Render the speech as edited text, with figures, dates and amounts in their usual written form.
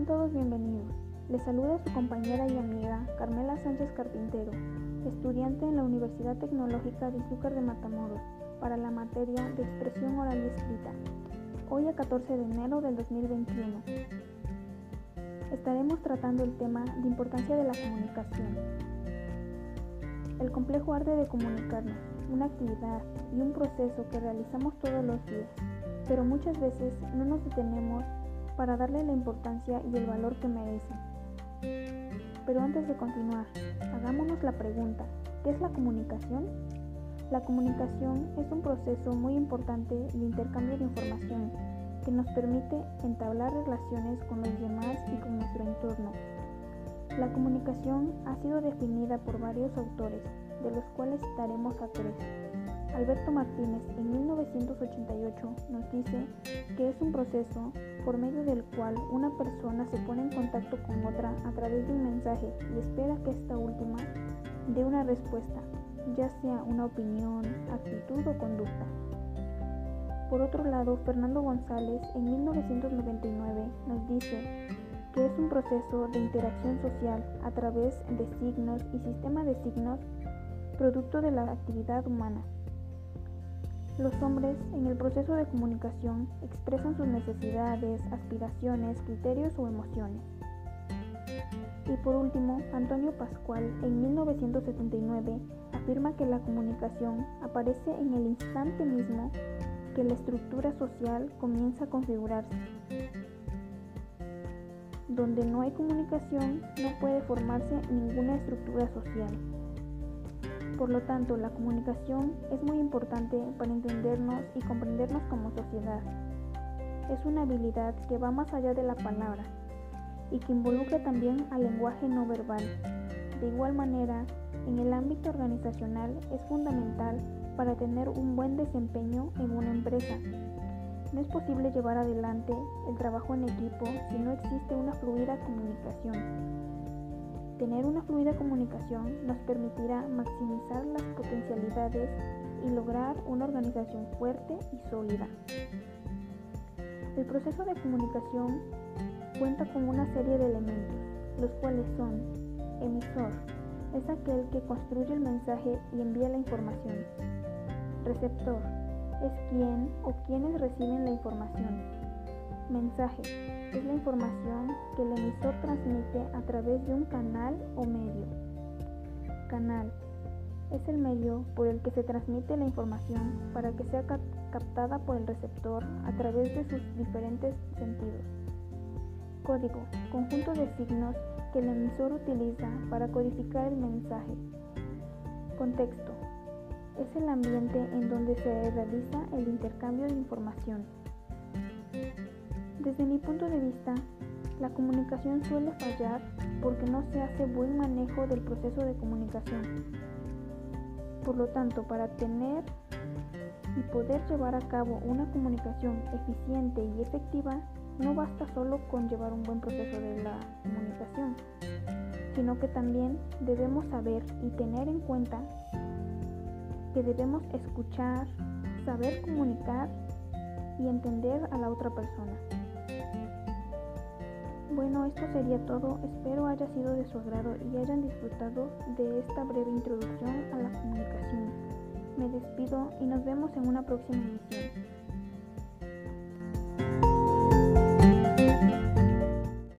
todos bienvenidos. Les saluda su compañera y amiga Carmela Sánchez Carpintero, estudiante en la Universidad Tecnológica de Izúcar de Matamoros, para la materia de expresión oral y escrita, hoy a 14 de enero del 2021. Estaremos tratando el tema de importancia de la comunicación. El complejo arte de comunicarnos, una actividad y un proceso que realizamos todos los días, pero muchas veces no nos detenemos para darle la importancia y el valor que merece. Pero antes de continuar, hagámonos la pregunta, ¿qué es la comunicación? La comunicación es un proceso muy importante de intercambio de información que nos permite entablar relaciones con los demás y con nuestro entorno. La comunicación ha sido definida por varios autores, de los cuales citaremos a tres. Alberto Martínez en 1988 nos dice que es un proceso por medio del cual una persona se pone en contacto con otra a través de un mensaje y espera que esta última dé una respuesta, ya sea una opinión, actitud o conducta. Por otro lado, Fernando González en 1999 nos dice que es un proceso de interacción social a través de signos y sistema de signos producto de la actividad humana. Los hombres en el proceso de comunicación expresan sus necesidades, aspiraciones, criterios o emociones. Y por último, Antonio Pascual en 1979 afirma que la comunicación aparece en el instante mismo que la estructura social comienza a configurarse. Donde no hay comunicación, no puede formarse ninguna estructura social. Por lo tanto, la comunicación es muy importante para entendernos y comprendernos como sociedad. Es una habilidad que va más allá de la palabra y que involucra también al lenguaje no verbal. De igual manera, en el ámbito organizacional es fundamental para tener un buen desempeño en una empresa. No es posible llevar adelante el trabajo en equipo si no existe una fluida comunicación. Tener una fluida comunicación nos permitirá maximizar las potencialidades y lograr una organización fuerte y sólida. El proceso de comunicación cuenta con una serie de elementos, los cuales son: emisor, es aquel que construye el mensaje y envía la información. Receptor, es quien o quienes reciben la información. Mensaje, es la información que el emisor transmite a través de un canal o medio. Canal, es el medio por el que se transmite la información para que sea captada por el receptor a través de sus diferentes sentidos. Código, conjunto de signos que el emisor utiliza para codificar el mensaje. Contexto, es el ambiente en donde se realiza el intercambio de información. Desde mi punto de vista, la comunicación suele fallar porque no se hace buen manejo del proceso de comunicación. Por lo tanto, para tener y poder llevar a cabo una comunicación eficiente y efectiva, no basta solo con llevar un buen proceso de la comunicación, sino que también debemos saber y tener en cuenta que debemos escuchar, saber comunicar y entender a la otra persona. Bueno, esto sería todo. Espero haya sido de su agrado y hayan disfrutado de esta breve introducción a la comunicación. Me despido y nos vemos en una próxima emisión.